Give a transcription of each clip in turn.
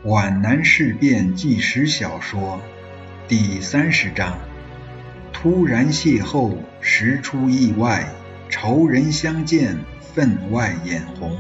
皖南事变纪实小说第30章，突然邂逅，实出意外，仇人相见，分外眼红。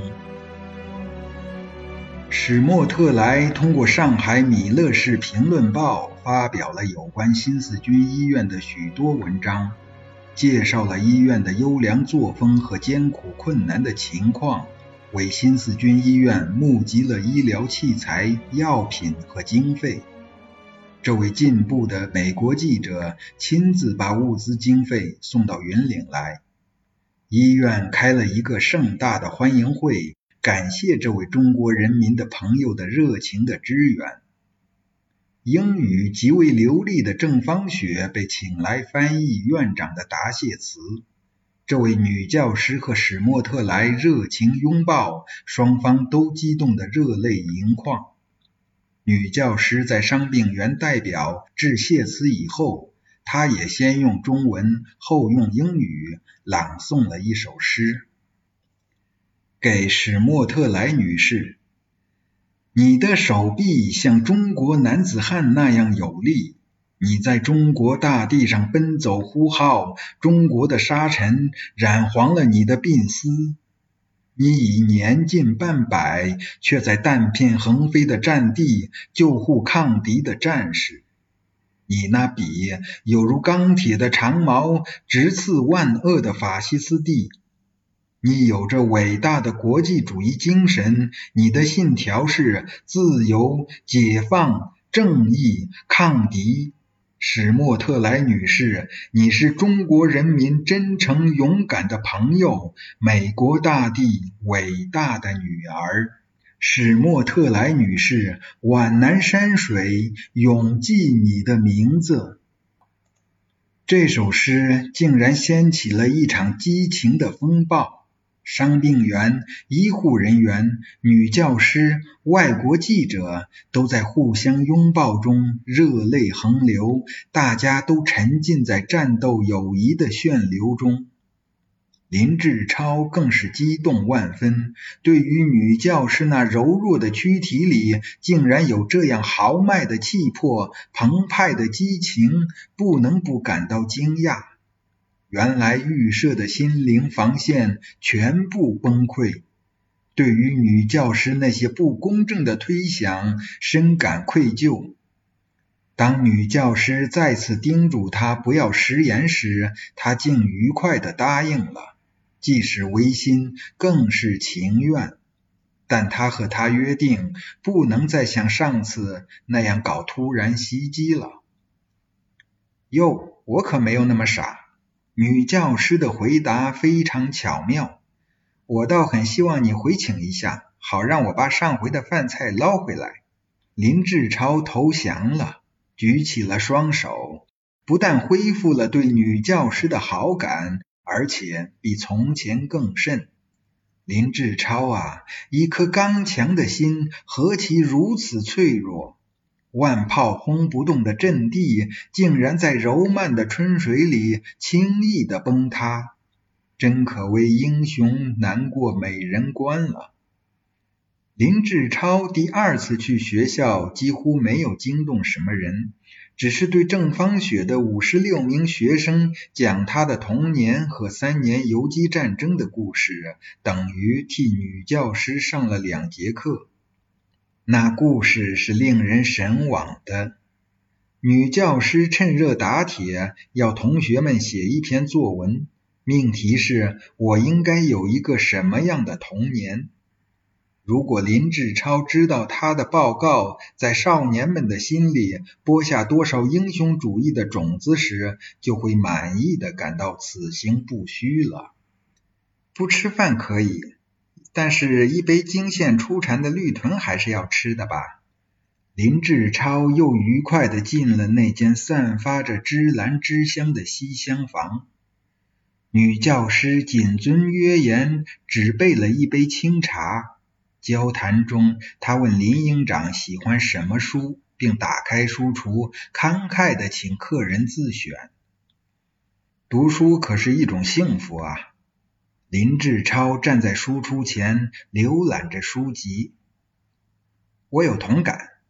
史莫特莱通过上海米勒市评论报发表了有关新四军医院的许多文章，介绍了医院的优良作风和艰苦困难的情况，为新四军医院募集了医疗器材、药品和经费。这位进步的美国记者亲自把物资经费送到云岭来。医院开了一个盛大的欢迎会，感谢这位中国人民的朋友的热情的支援。英语极为流利的郑芳雪被请来翻译院长的答谢词。这位女教师和史莫特莱热情拥抱，双方都激动得热泪盈眶。女教师在伤病员代表致谢词以后，她也先用中文，后用英语朗诵了一首诗。给史莫特莱女士，你的手臂像中国男子汉那样有力，你在中国大地上奔走呼号，中国的沙尘染黄了你的鬓丝。你已年近半百，却在弹片横飞的战地救护抗敌的战士。你那笔有如钢铁的长矛，直刺万恶的法西斯地。你有着伟大的国际主义精神，你的信条是自由、解放、正义、抗敌。史莫特莱女士，你是中国人民真诚勇敢的朋友，美国大地伟大的女儿。史莫特莱女士，皖南山水永记你的名字。这首诗竟然掀起了一场激情的风暴。伤病员、医护人员、女教师、外国记者都在互相拥抱中热泪横流，大家都沉浸在战斗友谊的旋流中。林志超更是激动万分，对于女教师那柔弱的躯体里竟然有这样豪迈的气魄、澎湃的激情，不能不感到惊讶。原来预设的心灵防线全部崩溃，对于女教师那些不公正的推想深感愧疚。当女教师再次叮嘱她不要食言时，她竟愉快地答应了，既是违心更是情愿。但她和他约定，不能再像上次那样搞突然袭击了。哟，我可没有那么傻。女教师的回答非常巧妙，我倒很希望你回请一下，好让我把上回的饭菜捞回来。林志超投降了，举起了双手，不但恢复了对女教师的好感，而且比从前更甚。林志超啊，一颗刚强的心何其如此脆弱，万炮轰不动的阵地竟然在柔漫的春水里轻易地崩塌，真可谓英雄难过美人关了。林志超第二次去学校几乎没有惊动什么人，只是对郑芳雪的56名学生讲他的童年和3年游击战争的故事，等于替女教师上了2节课。那故事是令人神往的。女教师趁热打铁，要同学们写一篇作文，命题是我应该有一个什么样的童年。如果林志超知道他的报告在少年们的心里播下多少英雄主义的种子时，就会满意地感到此行不虚了。不吃饭可以，但是一杯泾县出产的绿豚还是要吃的吧。林志超又愉快地进了那间散发着芝兰之香的西厢房。女教师谨遵约言，只备了一杯清茶。交谈中，她问林营长喜欢什么书，并打开书橱，慷慨地请客人自选。读书可是一种幸福啊。林志超站在书橱前浏览着书籍。我有同感，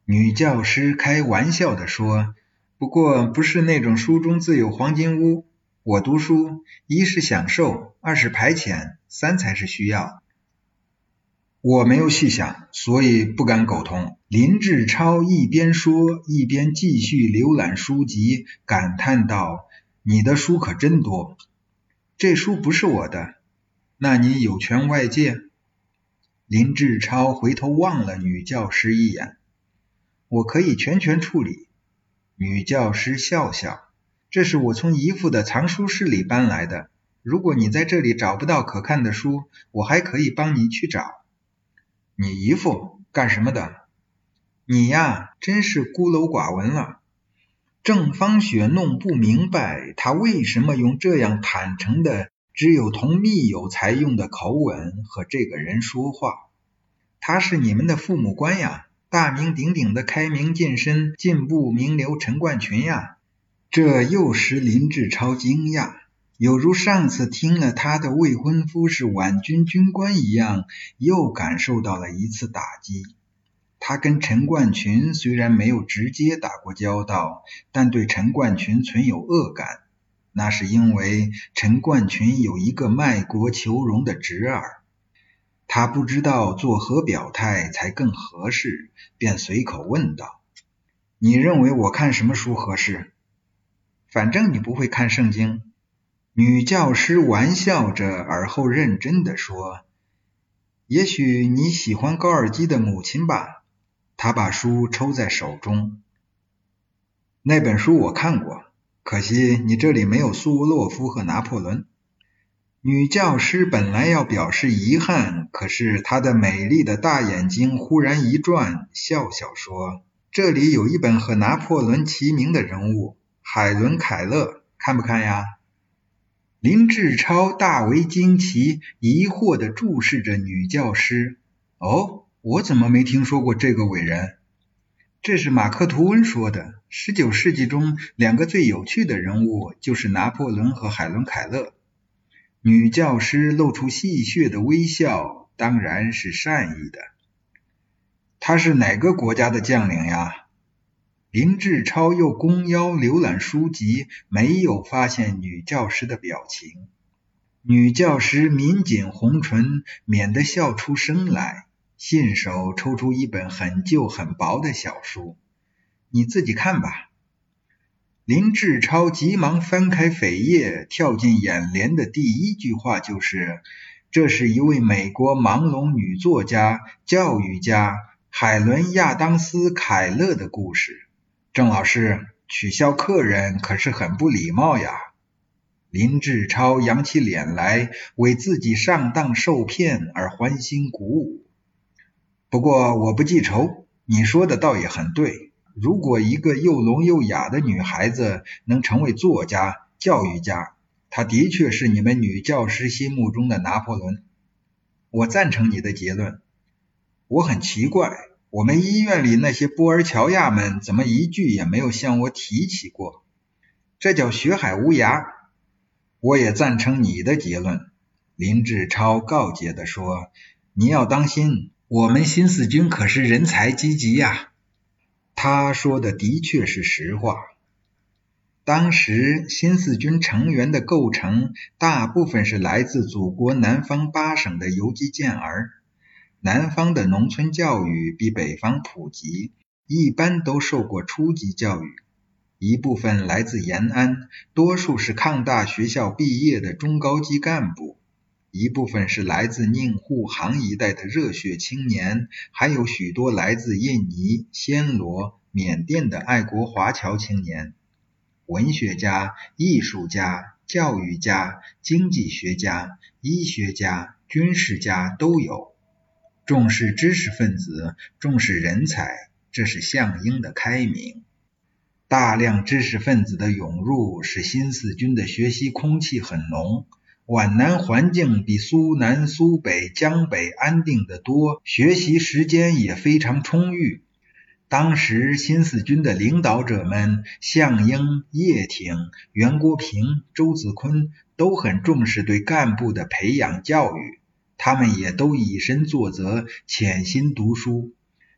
女教师开玩笑地说，不过不是那种书中自有黄金屋，我读书，一是享受，二是排遣，三才是需要。我没有细想，所以不敢苟同。林志超一边说，一边继续浏览书籍，感叹道，你的书可真多。这书不是我的，那你有权外借？林志超回头望了女教师一眼，我可以全权处理。女教师笑笑，这是我从姨父的藏书室里搬来的，如果你在这里找不到可看的书，我还可以帮你去找。你姨父干什么的？你呀，真是孤陋寡闻了。郑芳雪弄不明白，他为什么用这样坦诚的只有同密友才用的口吻和这个人说话。他是你们的父母官呀，大名鼎鼎的开明近身进步名流陈冠群呀。这又使林志超惊讶，有如上次听了他的未婚夫是皖军军官一样，又感受到了一次打击。他跟陈冠群虽然没有直接打过交道，但对陈冠群存有恶感，那是因为陈冠群有一个卖国求荣的侄儿。他不知道作何表态才更合适，便随口问道，你认为我看什么书合适？反正你不会看圣经。女教师玩笑着，而后认真地说，也许你喜欢高尔基的母亲吧。他把书抽在手中，那本书我看过，可惜你这里没有苏沃洛夫和拿破仑。女教师本来要表示遗憾，可是她的美丽的大眼睛忽然一转，笑笑说，这里有一本和拿破仑齐名的人物，海伦·凯勒，看不看呀？林志超大为惊奇，疑惑地注视着女教师。哦，我怎么没听说过这个伟人？这是马克吐温说的，19世纪中两个最有趣的人物就是拿破仑和海伦·凯勒。女教师露出戏谑的微笑，当然是善意的。他是哪个国家的将领呀？林志超又弓腰浏览书籍，没有发现女教师的表情。女教师抿紧红唇，免得笑出声来，信手抽出一本很旧很薄的小书，你自己看吧。林志超急忙翻开扉页，跳进眼帘的第一句话就是，这是一位美国盲聋女作家、教育家海伦·亚当斯·凯勒的故事。郑老师，取笑客人可是很不礼貌呀。林志超扬起脸来，为自己上当受骗而欢欣鼓舞。不过我不记仇，你说的倒也很对，如果一个又聋又哑的女孩子能成为作家、教育家，她的确是你们女教师心目中的拿破仑。我赞成你的结论。我很奇怪，我们医院里那些波尔乔亚们怎么一句也没有向我提起过？这叫学海无涯。我也赞成你的结论，林志超告诫地说，你要当心，我们新四军可是人才济济呀。他说的的确是实话。当时新四军成员的构成大部分是来自祖国南方8省的游击健儿，南方的农村教育比北方普及，一般都受过初级教育。一部分来自延安，多数是抗大学校毕业的中高级干部，一部分是来自宁沪杭一带的热血青年，还有许多来自印尼、暹罗、缅甸的爱国华侨青年。文学家、艺术家、教育家、经济学家、医学家、军事家都有。重视知识分子，重视人才，这是项英的开明。大量知识分子的涌入使新四军的学习空气很浓，皖南环境比苏南、苏北、江北安定得多，学习时间也非常充裕。当时新四军的领导者们，项英、叶挺、袁国平、周子坤都很重视对干部的培养教育，他们也都以身作则，潜心读书。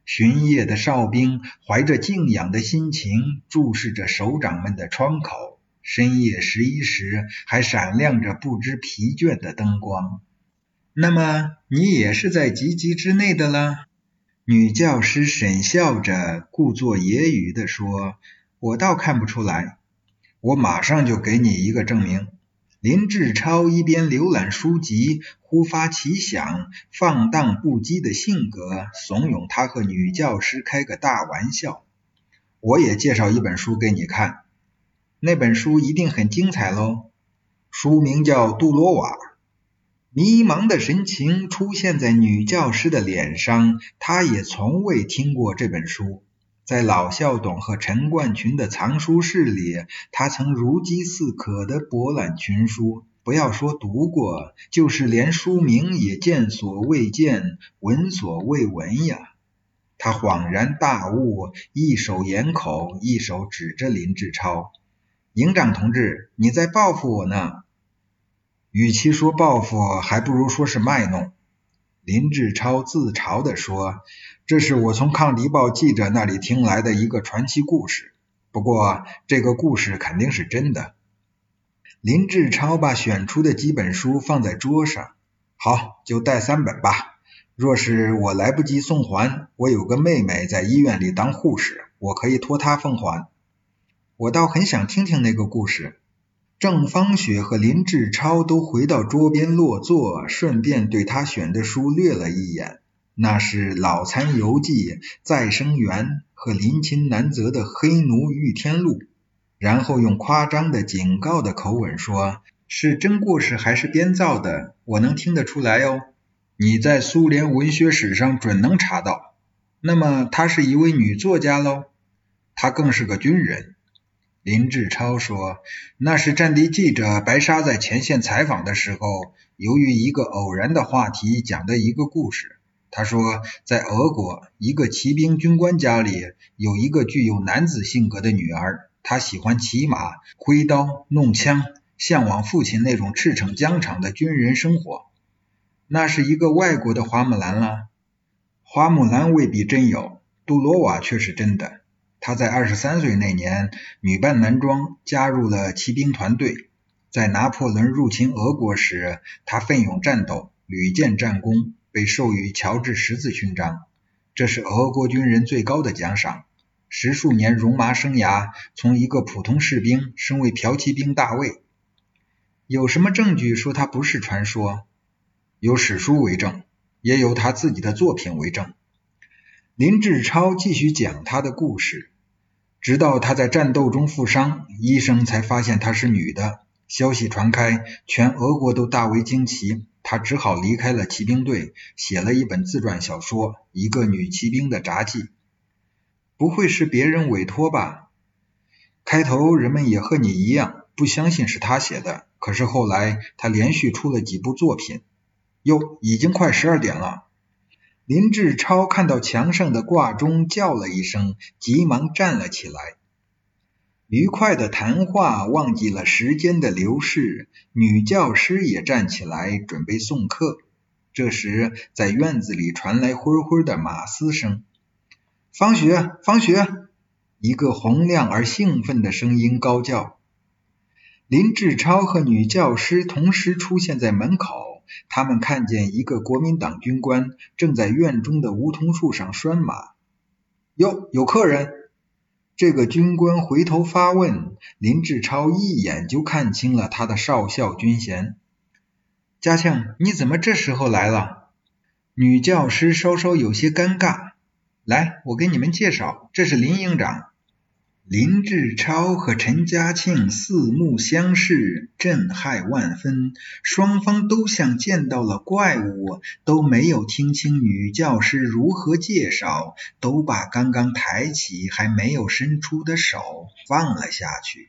巡夜的哨兵怀着敬仰的心情注视着首长们的窗口，深夜11时还闪亮着不知疲倦的灯光。那么你也是在级级之内的了？女教师沈笑着故作揶揄地说，我倒看不出来。我马上就给你一个证明。林志超一边浏览书籍，忽发奇想，放荡不羁的性格怂恿他和女教师开个大玩笑。我也介绍一本书给你看，那本书一定很精彩咯。书名叫《杜罗瓦》。迷茫的神情出现在女教师的脸上，她也从未听过这本书。在老校董和陈冠群的藏书室里，他曾如饥似渴地博览群书，不要说读过，就是连书名也见所未见，闻所未闻呀。他恍然大悟，一手掩口，一手指着林志超，营长同志，你在报复我呢。与其说报复，还不如说是卖弄。林志超自嘲地说，这是我从抗敌报记者那里听来的一个传奇故事，不过这个故事肯定是真的。林志超把选出的几本书放在桌上，好，就带3本吧。若是我来不及送还，我有个妹妹在医院里当护士，我可以托她奉还。我倒很想听听那个故事。郑芳雪和林志超都回到桌边落座，顺便对他选的书略了一眼，那是《老残游记》、《再生缘》和林琴南泽的《黑奴御天录》，然后用夸张的警告的口吻说，是真故事还是编造的，我能听得出来哦。你在苏联文学史上准能查到。那么她是一位女作家咯？她更是个军人。林志超说，那是战地记者白沙在前线采访的时候，由于一个偶然的话题讲的一个故事。他说，在俄国一个骑兵军官家里有一个具有男子性格的女儿，她喜欢骑马、挥刀、弄枪，向往父亲那种赤诚疆场的军人生活。那是一个外国的花木兰了。花木兰未必真有，杜罗瓦却是真的。她在23岁那年女扮男装加入了骑兵团队，在拿破仑入侵俄国时，她奋勇战斗，屡建战功，被授予乔治十字勋章，这是俄国军人最高的奖赏。10数年戎马生涯，从一个普通士兵升为骠骑兵大尉。有什么证据说她不是传说？有史书为证，也有她自己的作品为证。林志超继续讲他的故事，直到他在战斗中负伤，医生才发现她是女的。消息传开，全俄国都大为惊奇，他只好离开了骑兵队，写了一本自传小说《一个女骑兵的札记》。不会是别人委托吧？开头人们也和你一样，不相信是他写的，可是后来他连续出了几部作品。哟，已经快12点了。林志超看到墙上的挂钟，叫了一声，急忙站了起来。愉快的谈话忘记了时间的流逝，女教师也站起来准备送客。这时在院子里传来灰灰的马嘶声，放学放学，一个洪亮而兴奋的声音高叫。林志超和女教师同时出现在门口，他们看见一个国民党军官正在院中的梧桐树上拴马。哟，有客人！这个军官回头发问，林志超一眼就看清了他的少校军衔。嘉庆，你怎么这时候来了？女教师稍稍有些尴尬。来，我给你们介绍，这是林营长。林志超和陈嘉庆四目相视，震撼万分，双方都像见到了怪物，都没有听清女教师如何介绍，都把刚刚抬起还没有伸出的手放了下去。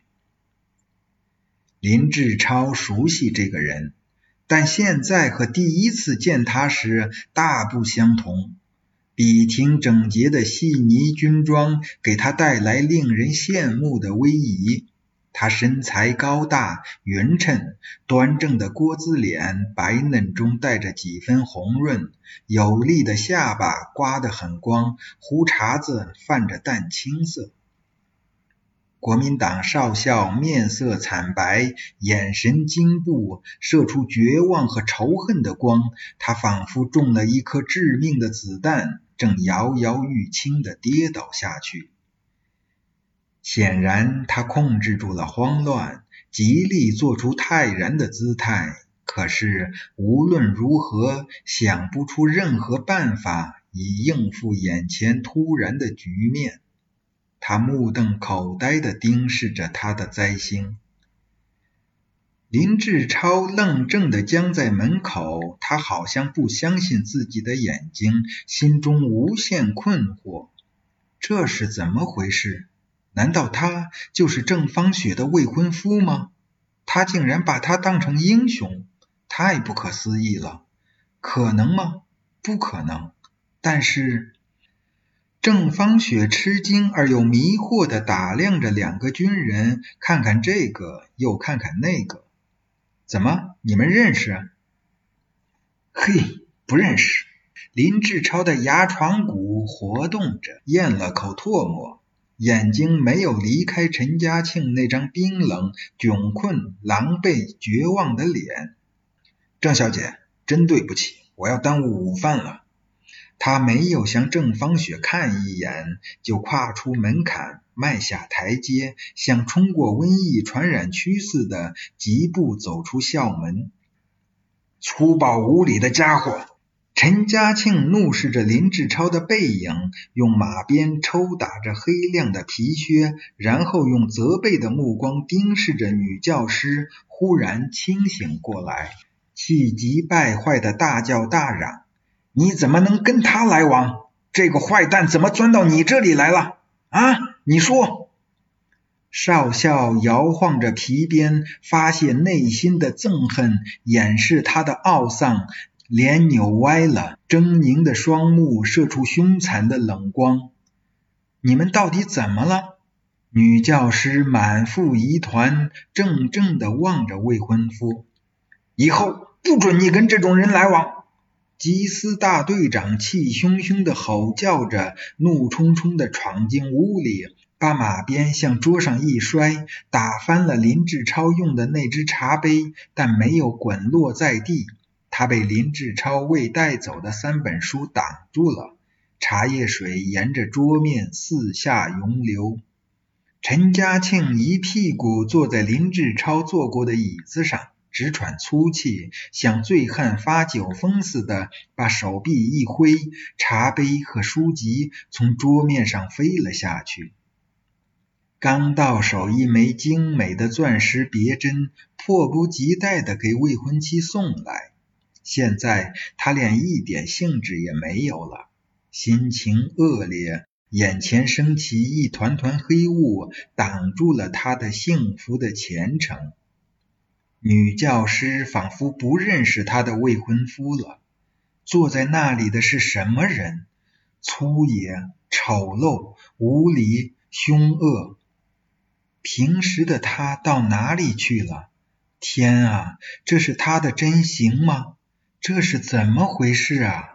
林志超熟悉这个人，但现在和第一次见他时大不相同。笔挺整洁的细呢军装给他带来令人羡慕的威仪， 他身材高大匀称，端正的锅子脸白嫩中带着几分红润，有力的下巴刮得很光，胡茬子泛着淡青色。国民党少校面色惨白，眼神惊怖，射出绝望和仇恨的光，他仿佛中了一颗致命的子弹，正摇摇欲倾地跌倒下去。显然他控制住了慌乱，极力做出泰然的姿态，可是无论如何想不出任何办法以应付眼前突然的局面。他目瞪口呆地盯视着他的灾星。林志超愣怔地僵在门口，他好像不相信自己的眼睛，心中无限困惑。这是怎么回事？难道他就是郑芳雪的未婚夫吗？他竟然把他当成英雄，太不可思议了。可能吗？不可能。但是郑芳雪吃惊而又迷惑地打量着两个军人，看看这个又看看那个。怎么，你们认识？嘿，不认识。林志超的牙床骨活动着，咽了口唾沫，眼睛没有离开陈嘉庆那张冰冷、窘困、狼狈、绝望的脸。郑小姐，真对不起，我要耽误午饭了。他没有向郑芳雪看一眼，就跨出门槛，迈下台阶，像冲过瘟疫传染区似的疾步走出校门。粗暴无礼的家伙！陈嘉庆怒视着林志超的背影，用马鞭抽打着黑亮的皮靴，然后用责备的目光盯视着女教师，忽然清醒过来，气急败坏的大叫大嚷：你怎么能跟他来往？这个坏蛋怎么钻到你这里来了？啊，你说！少校摇晃着皮鞭，发泄内心的憎恨，掩饰他的懊丧，脸扭歪了，狰狞的双目射出凶残的冷光。你们到底怎么了？女教师满腹疑团，怔怔地望着未婚夫。以后不准你跟这种人来往！缉私大队长气汹汹地吼叫着，怒冲冲地闯进屋里，把马鞭向桌上一摔，打翻了林志超用的那只茶杯，但没有滚落在地。他被林志超未带走的3本书挡住了，茶叶水沿着桌面四下涌流。陈嘉庆一屁股坐在林志超坐过的椅子上，直喘粗气，像醉汉发酒疯似的把手臂一挥，茶杯和书籍从桌面上飞了下去。刚到手一枚精美的钻石别针，迫不及待地给未婚妻送来。现在他连一点兴致也没有了，心情恶劣，眼前升起一团团黑雾，挡住了他的幸福的前程。女教师仿佛不认识她的未婚夫了。坐在那里的是什么人？粗野、丑陋、无礼、凶恶。平时的他到哪里去了？天啊，这是他的真形吗？这是怎么回事啊？